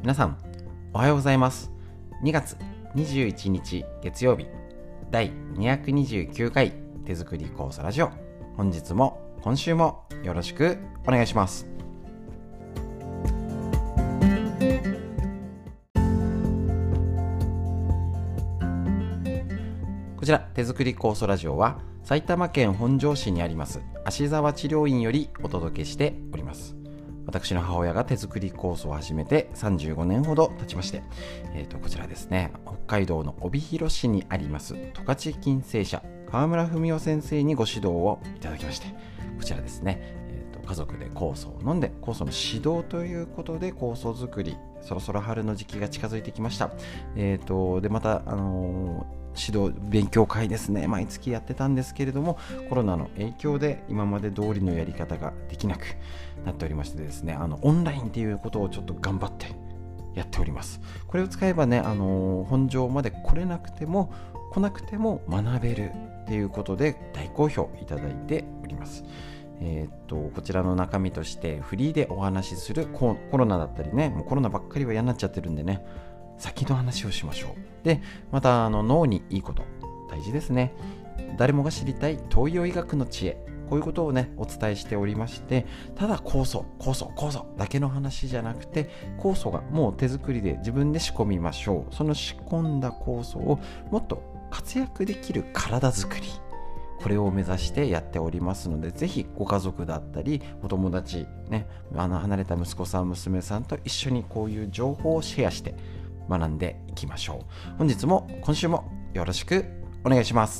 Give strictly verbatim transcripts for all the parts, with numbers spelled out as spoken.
皆さんおはようございます。にがつにじゅういちにち月曜日、だいにひゃくにじゅうきゅうかい手作り酵素ラジオ、本日も今週もよろしくお願いします。こちら手作り酵素ラジオは埼玉県本庄市にあります芦沢治療院よりお届けしております。私の母親が手作り酵素を始めてさんじゅうごねんほど経ちまして、えー、とこちらですね、北海道の帯広市にあります十勝金星社川村文夫先生にご指導をいただきまして、こちらですね、えー、と家族で酵素を飲んで酵素の指導ということで酵素作り、そろそろ春の時期が近づいてきました。えー、とでまた、あのー指導勉強会ですね、毎月やってたんですけれども、コロナの影響で今まで通りのやり方ができなくなっておりましてですね、あのオンラインっていうことをちょっと頑張ってやっております。これを使えばね、あの本庄まで来れなくても来なくても学べるっていうことで大好評いただいております。えー、っとこちらの中身としてフリーでお話しするコロナだったりね、もうコロナばっかりは嫌になっちゃってるんでね、先の話をしましょう。で、またあの脳にいいこと大事ですね。誰もが知りたい東洋医学の知恵、こういうことをねお伝えしておりまして、ただ酵素酵素酵素だけの話じゃなくて、酵素がもう手作りで自分で仕込みましょう。その仕込んだ酵素をもっと活躍できる体作り、これを目指してやっておりますので、ぜひご家族だったりお友達ね、あの離れた息子さん娘さんと一緒にこういう情報をシェアして学んでいきましょう。本日も今週もよろしくお願いします。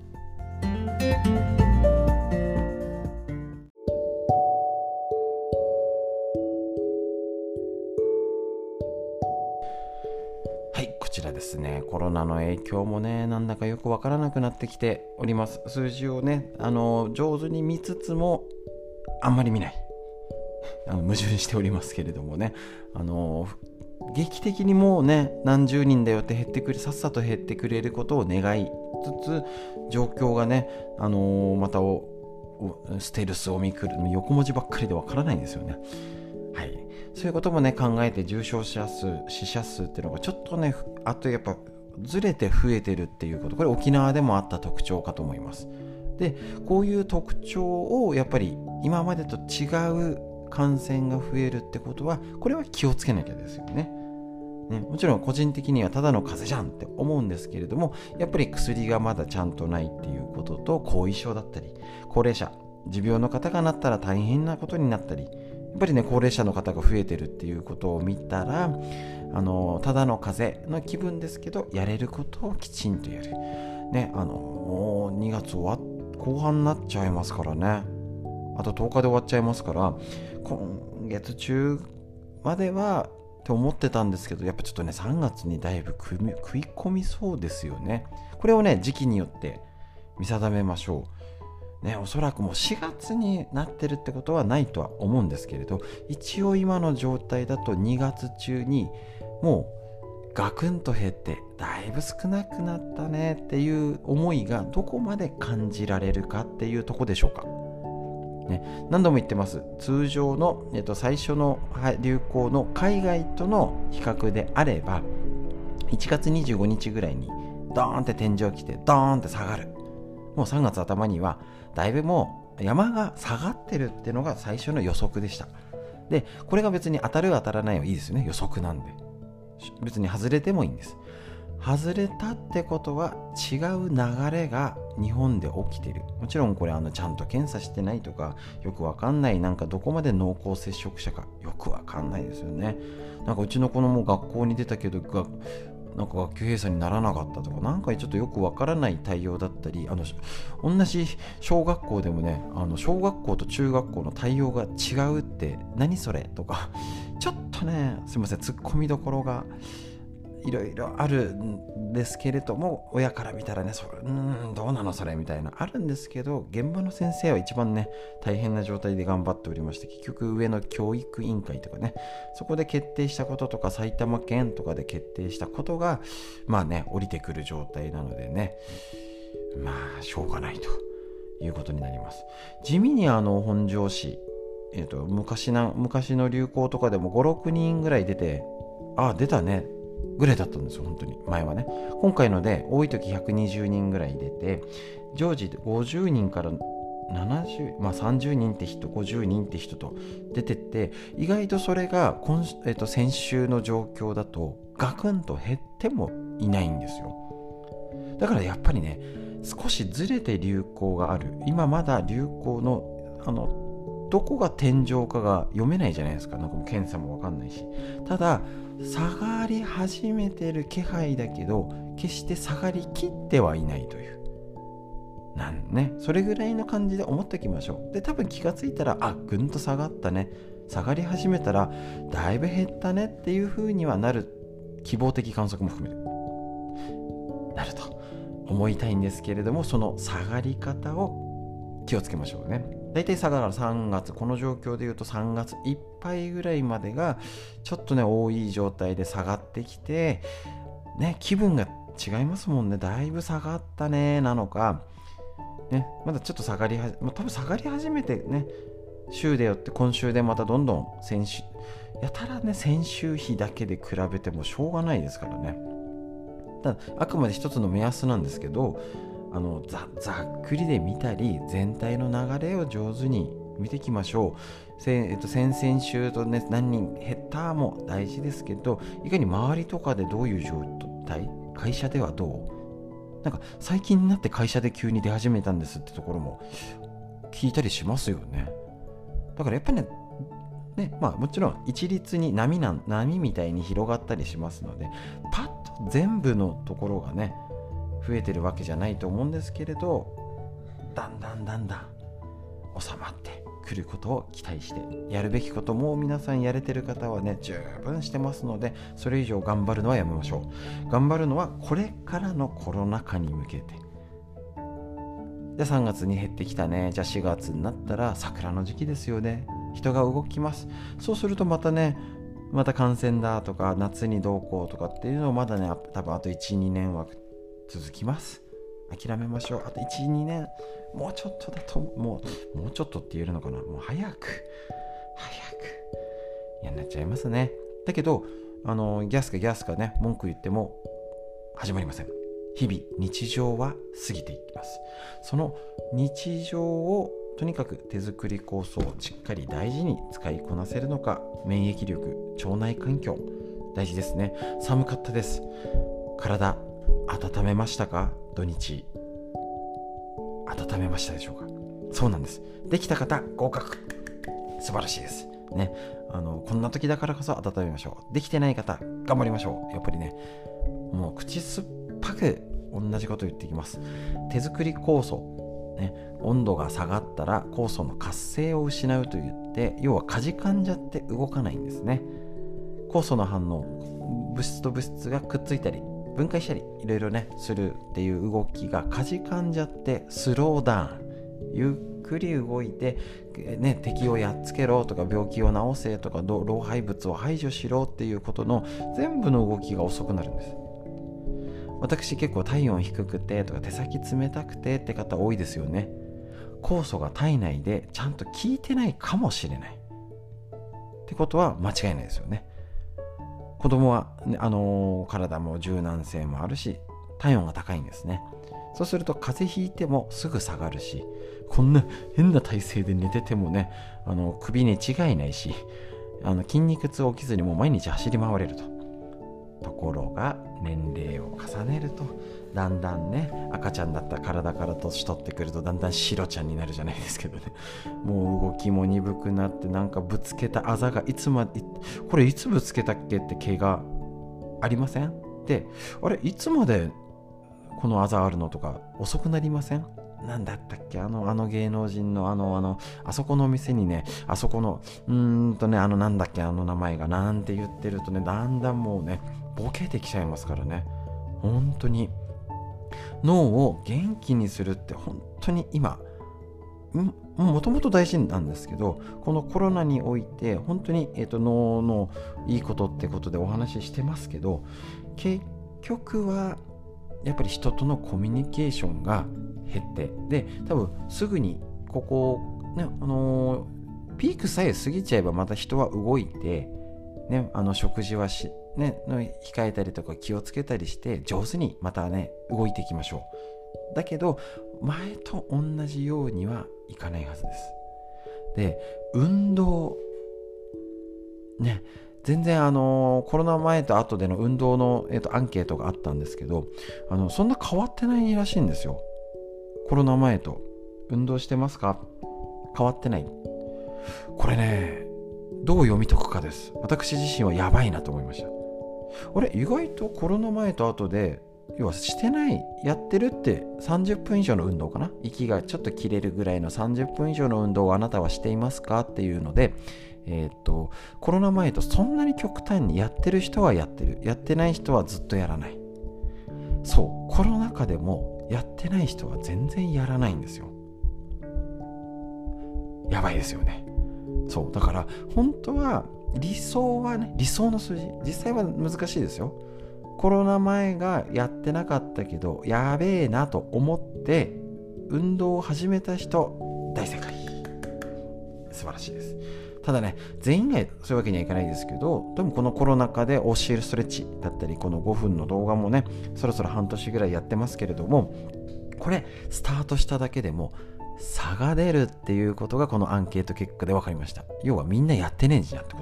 はい、こちらですね、コロナの影響もね、なんだかよくわからなくなってきております。数字をね、あの上手に見つつもあんまり見ない、あの矛盾しておりますけれどもね、あの劇的にもうね何十人だよって減ってくれさっさと減ってくれることを願いつつ、状況がね、あのー、またおステルスオミクロン横文字ばっかりでわからないんですよね。はい、そういうこともね考えて、重症者数死者数っていうのがちょっとね、あとやっぱずれて増えてるっていうこと、これ沖縄でもあった特徴かと思います。でこういう特徴をやっぱり今までと違う感染が増えるってことは、これは気をつけなきゃですよね。ね、もちろん個人的にはただの風邪じゃんって思うんですけれども、やっぱり薬がまだちゃんとないっていうことと、後遺症だったり高齢者持病の方がなったら大変なことになったり、やっぱりね高齢者の方が増えてるっていうことを見たら、あのただの風邪の気分ですけど、やれることをきちんとやるね。あのもうにがつ終わ後半になっちゃいますからね、あととおかで終わっちゃいますから、今月中まではって思ってたんですけど、やっぱちょっとねさんがつにだいぶ食い、食い込みそうですよね。これをね時期によって見定めましょうね。おそらくもうしがつになってるってことはないとは思うんですけれど、一応今の状態だとにがつ中にもうガクンと減ってだいぶ少なくなったねっていう思いがどこまで感じられるかっていうとこでしょうか。ね、何度も言ってます。通常の、えっと、最初の流行の海外との比較であれば、いちがつにじゅうごにちぐらいにドーンって天井来てドーンって下がる。もうさんがつ頭にはだいぶもう山が下がってるっていうのが最初の予測でした。でこれが別に当たる当たらないはいいですよね。予測なんで別に外れてもいいんです。外れたってことは違う流れが日本で起きている。もちろんこれあのちゃんと検査してないとかよくわかんない、なんかどこまで濃厚接触者かよくわかんないですよね。なんかうちの子供も学校に出たけどがなんか学級閉鎖にならなかったとか、なんかちょっとよくわからない対応だったり、あの同じ小学校でもね、あの小学校と中学校の対応が違うって何それとか、ちょっとねすいません、突っ込みどころがいろいろあるんですけれども、親から見たらね、それうーんどうなのそれみたいなあるんですけど、現場の先生は一番ね大変な状態で頑張っておりまして、結局上の教育委員会とかね、そこで決定したこととか埼玉県とかで決定したことがまあね降りてくる状態なのでね、まあしょうがないということになります。地味にあの本庄市、えーと、昔な昔の流行とかでもご、ろくにんぐらい出てああ出たねぐらいだったんですよ。本当に前はね。今回ので多い時ひゃくにじゅうにんぐらい出て、常時でごじゅうにんからななじゅう、まあ、さんじゅうにんって人、ごじゅうにんって人と出てって、意外とそれが今、えっと、先週の状況だとガクンと減ってもいないんですよ。だからやっぱりね、少しずれて流行がある。今まだ流行のあのどこが天井かが読めないじゃないですか。なんかもう検査も分かんないし。ただ下がり始めてる気配だけど、決して下がりきってはいないというなんね、それぐらいの感じで思っておきましょう。で、多分気がついたら、あ、ぐんと下がったね、下がり始めたらだいぶ減ったねっていう風にはなる、希望的観測も含めてなると思いたいんですけれども、その下がり方を気をつけましょうね。だいたい下がるさんがつ、この状況でいうとさんがついっぱいぐらいまでがちょっとね多い状態で下がってきてね、気分が違いますもんね。だいぶ下がったねなのかね、まだちょっと下がりはじ、まあ、多分下がり始めてね、週でよって今週でまたどんどん先週やたらね先週比だけで比べてもしょうがないですからね。ただあくまで一つの目安なんですけど、あの ざ, ざっくりで見たり全体の流れを上手に見ていきましょう。せ、えっと、先々週とね何人減ったも大事ですけど、いかに周りとかでどういう状態、会社ではどうなんか最近になって会社で急に出始めたんですってところも聞いたりしますよね。だからやっぱりね、ねまあ、もちろん一律に波な波みたいに広がったりしますので、パッと全部のところがね増えてるわけじゃないと思うんですけれど、だんだんだんだん収まってくることを期待して、やるべきことも皆さんやれてる方はね十分してますので、それ以上頑張るのはやめましょう。頑張るのはこれからのコロナ禍に向けて。じゃあさんがつに減ってきたね、じゃあしがつになったら桜の時期ですよね。人が動きます。そうするとまたね、また感染だとか夏にどうこうとかっていうのをまだね多分あと いちにねんは続きます。諦めましょう。あと いちにねん、もうちょっとだともうもうちょっとって言えるのかな、もう早く早くやんなっちゃいますね。だけどあのギャスかギャスかね文句言っても始まりません。日々日常は過ぎていきます。その日常をとにかく手作り酵素をしっかり大事に使いこなせるのか、免疫力、腸内環境大事ですね。寒かったです。体温めましたか？土日温めましたでしょうか？そうなんです。できた方合格、素晴らしいですね。あのこんな時だからこそ温めましょう。できてない方頑張りましょう。やっぱりね、もう口酸っぱく同じこと言っていきます。手作り酵素、ね、温度が下がったら酵素の活性を失うと言って、要はかじかんじゃって動かないんですね。酵素の反応、物質と物質がくっついたり分解したりいろいろねするっていう動きがかじかんじゃってスローダウン、ゆっくり動いて、ね、敵をやっつけろとか病気を治せとか老廃物を排除しろっていうことの全部の動きが遅くなるんです。私結構体温低くてとか手先冷たくてって方多いですよね。酵素が体内でちゃんと効いてないかもしれないってことは間違いないですよね。子供は、ね、あのー、体も柔軟性もあるし体温が高いんですね。そうすると風邪ひいてもすぐ下がるし、こんな変な体勢で寝ててもね、あの首に違いないし、あの筋肉痛起きずにもう毎日走り回れると。ところが年齢を重ねるとだんだんね、赤ちゃんだった体から年取ってくるとだんだんシロちゃんになるじゃないですけどね、もう動きも鈍くなって、なんかぶつけたあざがいつまで、これいつぶつけたっけって毛がありません？で、あれいつまでこのあざあるのとか遅くなりません？なんだったっけ、あのあの芸能人のあのあのあそこのお店にね、あそこのうーんとね、あのなんだっけ、あの名前がなんて言ってるとね、だんだんもうねボケてきちゃいますからね。本当に脳を元気にするって本当に今もともと大事なんですけど、このコロナにおいて本当に、えーと、脳のいいことってことでお話ししてますけど、結局はやっぱり人とのコミュニケーションが減って、で多分すぐにここ、ね、あのー、ピークさえ過ぎちゃえばまた人は動いて、ね、あの食事はしね、の控えたりとか気をつけたりして上手にまたね動いていきましょう。だけど前と同じようにはいかないはずです。で、運動ね、全然あのコロナ前と後での運動の、えーと、アンケートがあったんですけど、あのそんな変わってないらしいんですよ。コロナ前と運動してますか？変わってない。これね、どう読み解くかです。私自身はやばいなと思いました。あれ、意外とコロナ前と後で、要はしてない、やってるってさんじゅっぷん以上の運動かな、息がちょっと切れるぐらいのさんじゅっぷん以上の運動をあなたはしていますかっていうので、えー、っとコロナ前とそんなに極端にやってる人はやってる、やってない人はずっとやらない。そう、コロナ禍でもやってない人は全然やらないんですよ。やばいですよね。そうだから本当は理想はね、理想の数字、実際は難しいですよ。コロナ前がやってなかったけどやべえなと思って運動を始めた人、大正解、素晴らしいです。ただね、全員がそういうわけにはいかないですけど、でもこのコロナ禍で教えるストレッチだったり、このごふんの動画もね、そろそろ半年ぐらいやってますけれども、これスタートしただけでも差が出るっていうことがこのアンケート結果で分かりました。要はみんなやってねえじゃんってこと。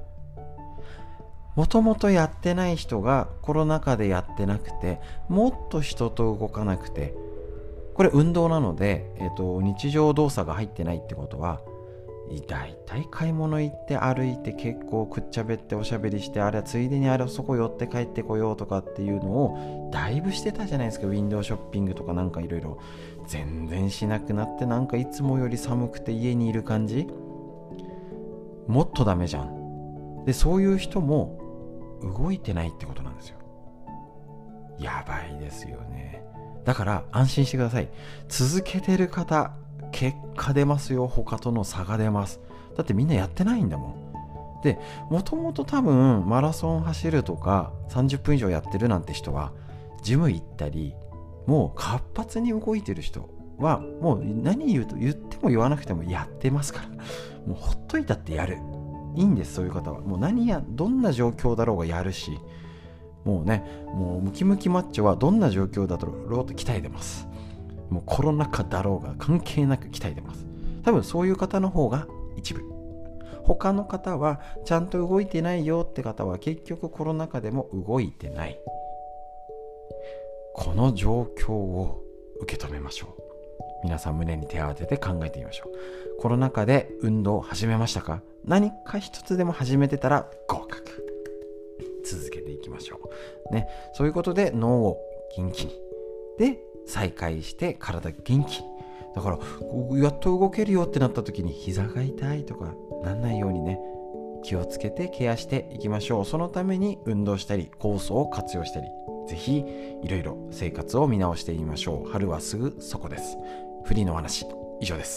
もともとやってない人がコロナ禍でやってなくて、もっと人と動かなくて、これ運動なので、えーと、日常動作が入ってないってことは、だいたい買い物行って歩いて結構くっちゃべっておしゃべりして、あれはついでにあれそこ寄って帰ってこようとかっていうのをだいぶしてたじゃないですか。ウィンドウショッピングとかなんかいろいろ全然しなくなって、なんかいつもより寒くて家にいる感じ、もっとダメじゃん。で、そういう人も動いてないってことなんですよ。やばいですよね。だから安心してください。続けてる方、結果出ますよ。他との差が出ます。だってみんなやってないんだもん。で、もともと多分マラソン走るとかさんじゅっぷん以上やってるなんて人は、ジム行ったりもう活発に動いてる人は、もう何言うと言っても言わなくてもやってますから、もうほっといたってやる、いいんです。そういう方はもう何やどんな状況だろうがやるし、もうね、もうムキムキマッチョはどんな状況だろうと鍛えてます。もうコロナ禍だろうが関係なく鍛えてます。多分そういう方の方が一部。他の方はちゃんと動いてないよって方は結局コロナ禍でも動いてない。この状況を受け止めましょう。皆さん胸に手を当てて考えてみましょう。コロナ禍で運動を始めましたか？何か一つでも始めてたら合格。続けていきましょうね。そういうことで脳を元気に、で再開して体元気に。だからやっと動けるよってなった時に膝が痛いとかなんないようにね、気をつけてケアしていきましょう。そのために運動したり酵素を活用したり、ぜひいろいろ生活を見直してみましょう。春はすぐそこです。フリーのお話以上です。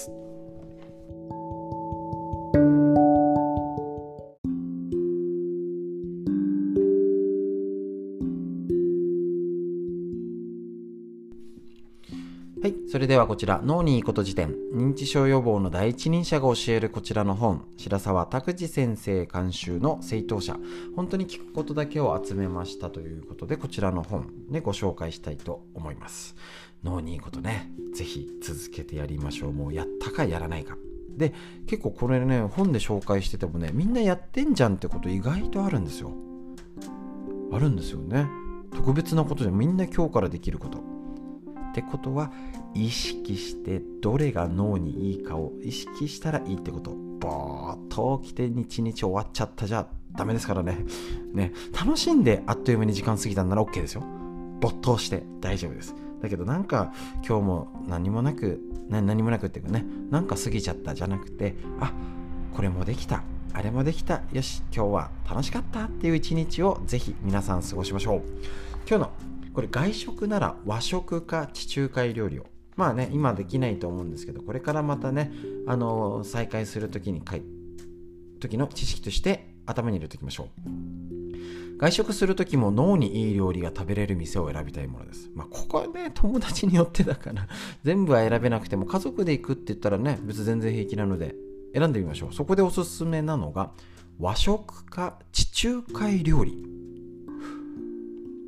はい、それではこちら脳にいいこと辞典、認知症予防の第一人者が教えるこちらの本、白沢拓司先生監修の正当者、本当に聞くことだけを集めましたということで、こちらの本でご紹介したいと思います。脳にいいことね、ぜひ続けてやりましょう。もうやったかやらないかで、結構これね、本で紹介しててもね、みんなやってんじゃんってこと意外とあるんですよ。あるんですよね。特別なことじゃ、みんな今日からできることってことは、意識してどれが脳にいいかを意識したらいいってこと。ぼーっと起きて一日終わっちゃったじゃダメですからね。ね、楽しんであっという間に時間過ぎたんなら OK ですよ。没頭して大丈夫です。だけどなんか今日も何もなく何何もなくっていうかね、なんか過ぎちゃったじゃなくて、あ、これもできた、あれもできた、よし今日は楽しかったっていう一日をぜひ皆さん過ごしましょう。今日のこれ外食なら和食か地中海料理を、まあね、今できないと思うんですけど、これからまたね、あのー、再開するときにかい時の知識として頭に入れておきましょう。外食するときも脳にいい料理が食べれる店を選びたいものです。まあここはね、友達によってだから全部は選べなくても、家族で行くって言ったらね、別に全然平気なので選んでみましょう。そこでおすすめなのが和食か地中海料理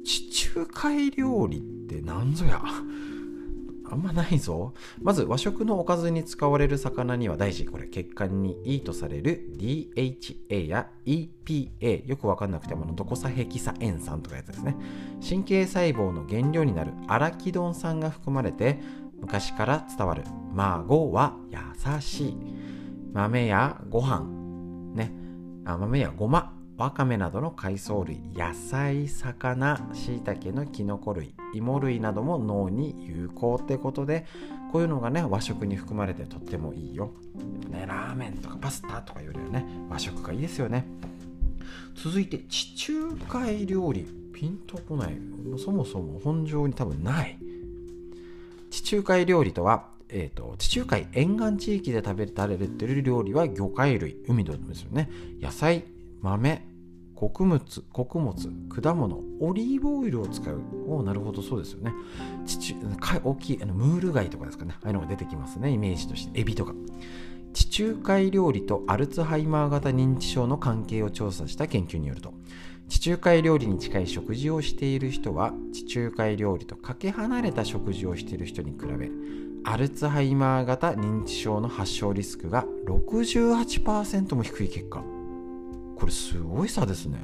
地中海料理ってなんぞや。あんまないぞ。まず和食のおかずに使われる魚には大事、これ血管にいいとされる ディーエイチエー や イーピーエー、 よくわかんなくてもドコサヘキサエン酸とかやつですね。神経細胞の原料になるアラキドン酸が含まれて、昔から伝わる孫は優しい、豆やご飯ね、あ豆やごま、わかめなどの海藻類、野菜、魚、しいたけのキノコ類、芋類なども脳に有効ってことで、こういうのがね和食に含まれてとってもいいよ、ね、ラーメンとかパスタとかよりはね和食がいいですよね。続いて地中海料理、ピンとこない、そもそも本上に多分ない。地中海料理とは、えーと、地中海沿岸地域で食べられている料理は魚介類、海のですよね、野菜、豆、穀物、穀物、果物、オリーブオイルを使う。おなるほど、そうですよね。地中大きいあのムール貝とかですかね、ああいうのが出てきますね、イメージとして。エビとか。地中海料理とアルツハイマー型認知症の関係を調査した研究によると、地中海料理に近い食事をしている人は地中海料理とかけ離れた食事をしている人に比べ、アルツハイマー型認知症の発症リスクが ろくじゅうはちパーセント も低い結果。これすごい差ですね。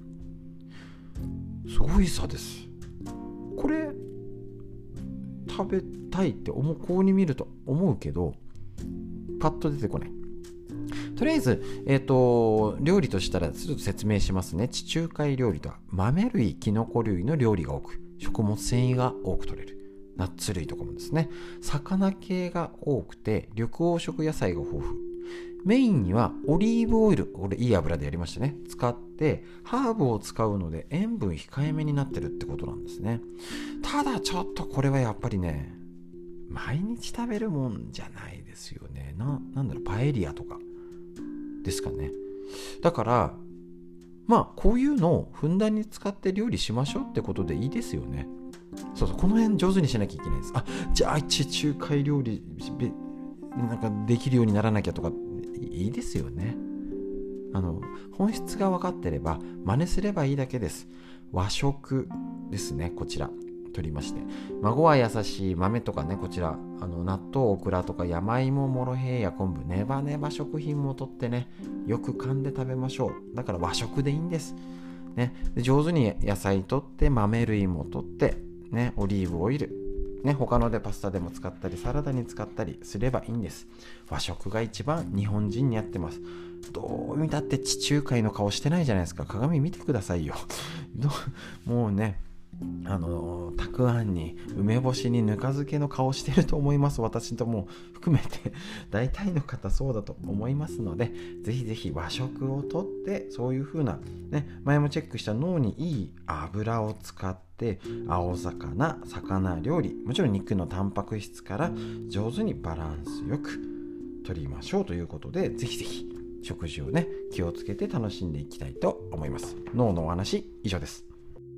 すごい差です。これ食べたいって思う、こうに見ると思うけどパッと出てこない。とりあえず、えーと、料理としたらちょっと説明しますね。地中海料理とは豆類、キノコ類の料理が多く、食物繊維が多く取れる。ナッツ類とかもですね、魚系が多くて緑黄色野菜が豊富。メインにはオリーブオイル、これいい油でやりましたね、使ってハーブを使うので塩分控えめになってるってことなんですね。ただちょっとこれはやっぱりね、毎日食べるもんじゃないですよね。な、なんだろう、パエリアとかですかね。だからまあこういうのをふんだんに使って料理しましょうってことでいいですよね。そうそう、この辺上手にしなきゃいけないです。あ、じゃあ地中海料理なんかできるようにならなきゃとかいいですよね。あの本質が分かってれば真似すればいいだけです。和食ですね、こちら取りまして、孫は優しい、豆とかね、こちらあの納豆、オクラとか山芋、モロヘイヤ、昆布、ネバネバ食品も取ってね、よく噛んで食べましょう。だから和食でいいんですね。で上手に野菜取って豆類も取ってね、オリーブオイルね、他のでパスタでも使ったりサラダに使ったりすればいいんです。和食が一番日本人に合ってます。どう見たって地中海の顔してないじゃないですか。鏡見てくださいよ。もうね、あのたくあんに梅干しにぬか漬けの顔してると思います。私とも含めて大体の方そうだと思いますので、ぜひぜひ和食をとって、そういう風なね、前もチェックした脳にいい油を使って青魚、魚料理、もちろん肉のタンパク質から上手にバランスよく取りましょうということで、ぜひぜひ食事をね気をつけて楽しんでいきたいと思います。脳のお話以上です。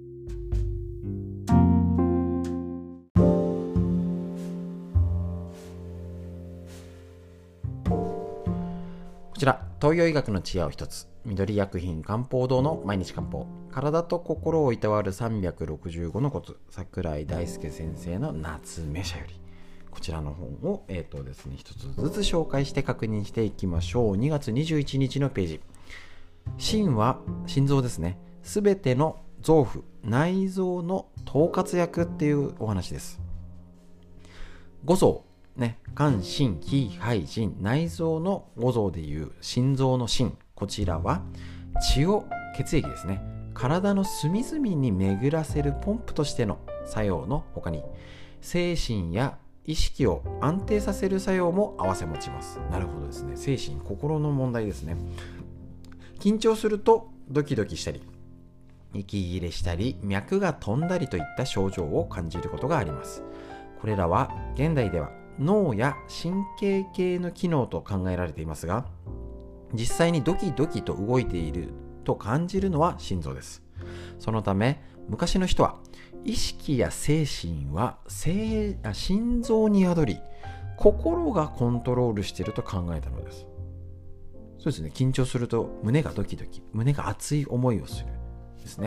こちら東洋医学の知恵を一つ、緑薬品漢方堂の毎日漢方、体と心をいたわるさんびゃくろくじゅうごのコツ、櫻井大輔先生の夏目社より、こちらの本をえーとですね一つずつ紹介して確認していきましょう。にがつにじゅういちにちのページ、心は心臓ですね、すべての臓腑、内臓の統括役っていうお話です。五臓ね、肝、心、脾、肺、腎、内臓の五臓でいう心臓の心、こちらは血を、血液ですね、体の隅々に巡らせるポンプとしての作用の他に、精神や意識を安定させる作用も併せ持ちます。なるほどですね。精神、心の問題ですね。緊張するとドキドキしたり、息切れしたり、脈が飛んだりといった症状を感じることがあります。これらは現代では脳や神経系の機能と考えられていますが、実際にドキドキと動いていると感じるのは心臓です。そのため昔の人は意識や精神は心臓に宿り、心がコントロールしていると考えたのです。そうですね、緊張すると胸がドキドキ、胸が熱い思いをするですね。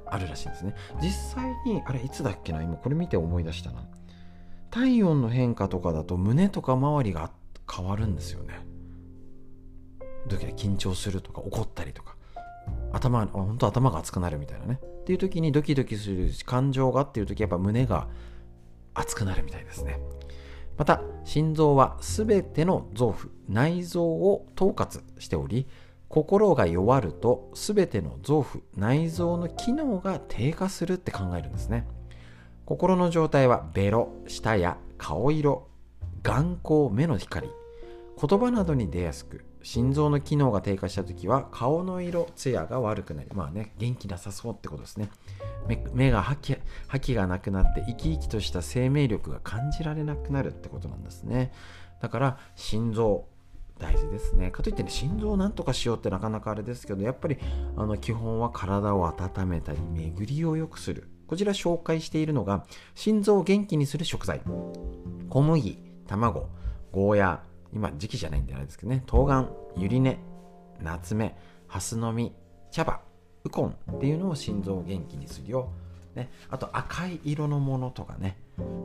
あるらしいんですね。実際にあれいつだっけな、今これ見て思い出したな。体温の変化とかだと胸とか周りが変わるんですよね。時々緊張するとか怒ったりとか、頭本当頭が熱くなるみたいなねっていう時に、ドキドキする感情がっていう時やっぱ胸が熱くなるみたいですね。また心臓はすべての臓腑内臓を統括しており、心が弱るとすべての臓腑内臓の機能が低下するって考えるんですね。心の状態はベロ、舌や顔色、眼光、目の光、言葉などに出やすく、心臓の機能が低下したときは顔の色、艶が悪くなり、まあね、元気なさそうってことですね。 目, 目が覇気、覇気がなくなって生き生きとした生命力が感じられなくなるってことなんですね。だから心臓大事ですね。かといってね、心臓をなんとかしようってなかなかあれですけど、やっぱりあの基本は体を温めたり巡りを良くする。こちら紹介しているのが心臓を元気にする食材、小麦、卵、ゴーヤー、今時期じゃないんであれですけどね、冬瓜、ゆり根、ナツメ、ハスの実、茶葉、ウコンっていうのを心臓を元気にするよ、ね、あと赤い色のものとかね、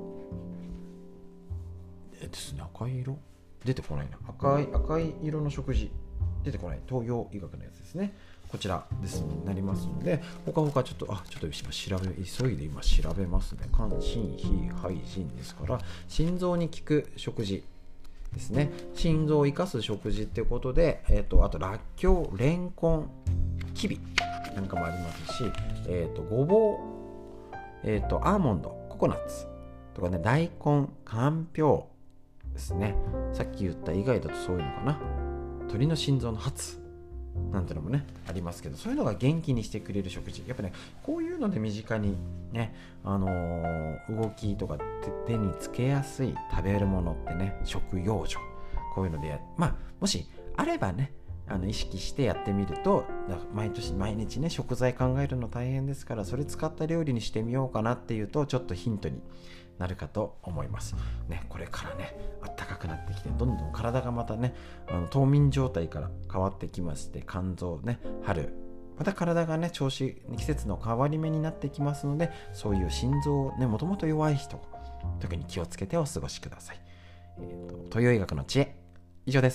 えですね、赤い色出てこないな。赤い赤い色の食事出てこない。東洋医学のやつですね。こちらですになりますので、他々ちょっとあちょっと今調べ急いで今調べますね。肝心脾肺腎ですから、心臓に効く食事ですね。心臓を生かす食事っていうことで、えっ、ー、とあとらっきょう、レンコン、きびなんかもありますし、えっ、ー、とごぼう、えっ、ー、とアーモンド、ココナッツとかね、大根、かんぴょうですね。さっき言った以外だとそういうのかな。鶏の心臓のハツなんてのもねありますけど、そういうのが元気にしてくれる食事、やっぱねこういうので身近にね、あのー、動きとか手につけやすい食べるものってね、食養生、こういうのでやまあもしあればね、あの意識してやってみると、毎年毎日ね食材考えるの大変ですから、それ使った料理にしてみようかなっていうとちょっとヒントになるかと思いますね。これからね暖かくなってきて、どんどん体がまたねあの冬眠状態から変わってきまして、肝臓ね、春また体がね調子、季節の変わり目になってきますので、そういう心臓ねもともと弱い人、特に気をつけてお過ごしください。えーと、東洋医学の知恵、以上です。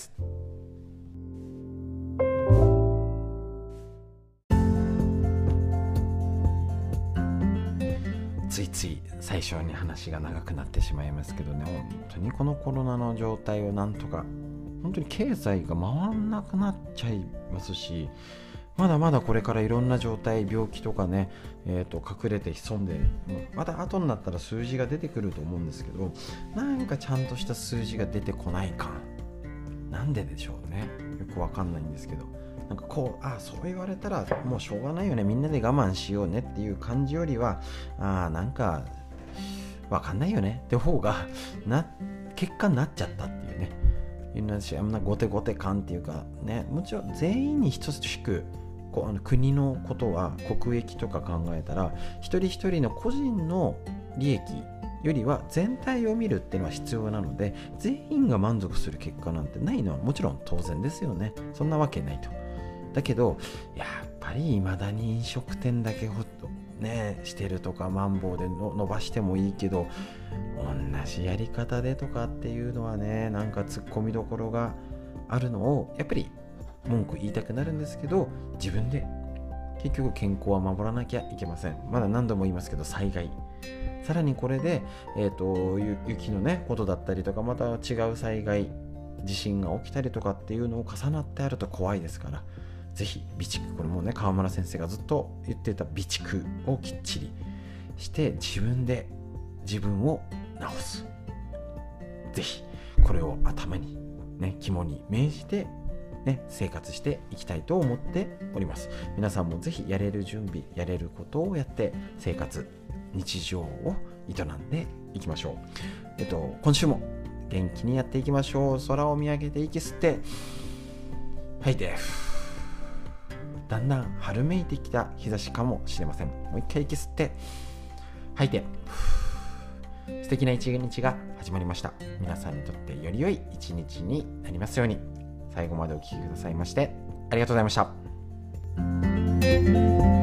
ついつい最初に話が長くなってしまいますけどね、本当にこのコロナの状態をなんとか、本当に経済が回んなくなっちゃいますし、まだまだこれからいろんな状態、病気とかね、えーと隠れて潜んで、また後になったら数字が出てくると思うんですけど、なんかちゃんとした数字が出てこない感、なんででしょうね。よくわかんないんですけど、なんかこう、あそう言われたらもうしょうがないよね、みんなで我慢しようねっていう感じよりは、あなんかわかんないよねって方がな結果になっちゃったっていうね、いろんなしあんな後手後手感っていうかね、もちろん全員に等しくこうあの国のことは国益とか考えたら、一人一人の個人の利益よりは全体を見るっていうのは必要なので、全員が満足する結果なんてないのはもちろん当然ですよね。そんなわけないと。だけどやっぱり未だに飲食店だけほっとねしてるとか、マンボウでの伸ばしてもいいけど同じやり方でとかっていうのはね、なんか突っ込みどころがあるのをやっぱり文句言いたくなるんですけど、自分で結局健康は守らなきゃいけません。まだ何度も言いますけど、災害、さらにこれで、えーと、雪のねことだったりとか、また違う災害、地震が起きたりとかっていうのを重なってあると怖いですから、ぜひ備蓄、これもね川村先生がずっと言ってた備蓄をきっちりして自分で自分を治す、ぜひこれを頭にね肝に銘じてね生活していきたいと思っております。皆さんもぜひやれる準備、やれることをやって生活、日常を営んでいきましょう。えっと今週も元気にやっていきましょう。空を見上げて息吸って吐いて、だんだん春めいてきた日差しかもしれません。もう一回息吸って吐いて、素敵な一日が始まりました。皆さんにとってより良い一日になりますように。最後までお聞きくださいましてありがとうございました。